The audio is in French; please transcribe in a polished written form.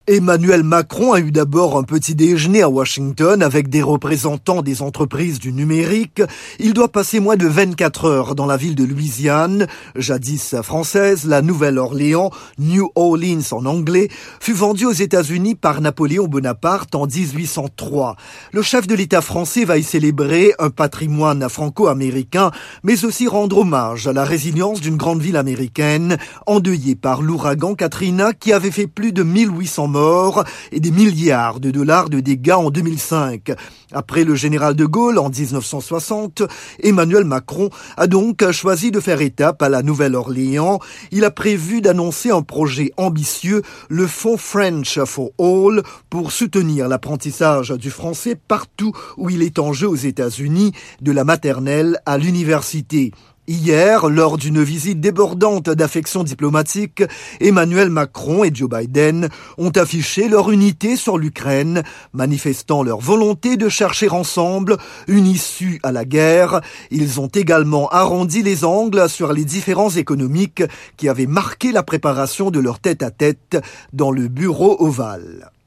Emmanuel Macron a eu d'abord un petit déjeuner à Washington avec des représentants des entreprises du numérique. Il doit passer moins de 24 heures dans la ville de Louisiane, jadis française. La Nouvelle-Orléans, New Orleans en anglais, fut vendue aux États-Unis par Napoléon Bonaparte en 1803. Le chef de l'État français va y célébrer un patrimoine franco-américain, mais aussi rendre hommage à la résilience d'une grande ville américaine endeuillée par l'ouragan Katrina qui avait fait plus de 1800 morts et des milliards de dollars de dégâts en 2005. Après le général de Gaulle en 1960, Emmanuel Macron a donc choisi de faire étape à la Nouvelle-Orléans. Il a prévu d'annoncer un projet ambitieux, le Fonds French for All, pour soutenir l'apprentissage du français partout où il est en jeu aux États-Unis, de la maternelle à l'université. Hier, lors d'une visite débordante d'affection diplomatique, Emmanuel Macron et Joe Biden ont affiché leur unité sur l'Ukraine, manifestant leur volonté de chercher ensemble une issue à la guerre. Ils ont également arrondi les angles sur les différences économiques qui avaient marqué la préparation de leur tête-à-tête dans le bureau ovale.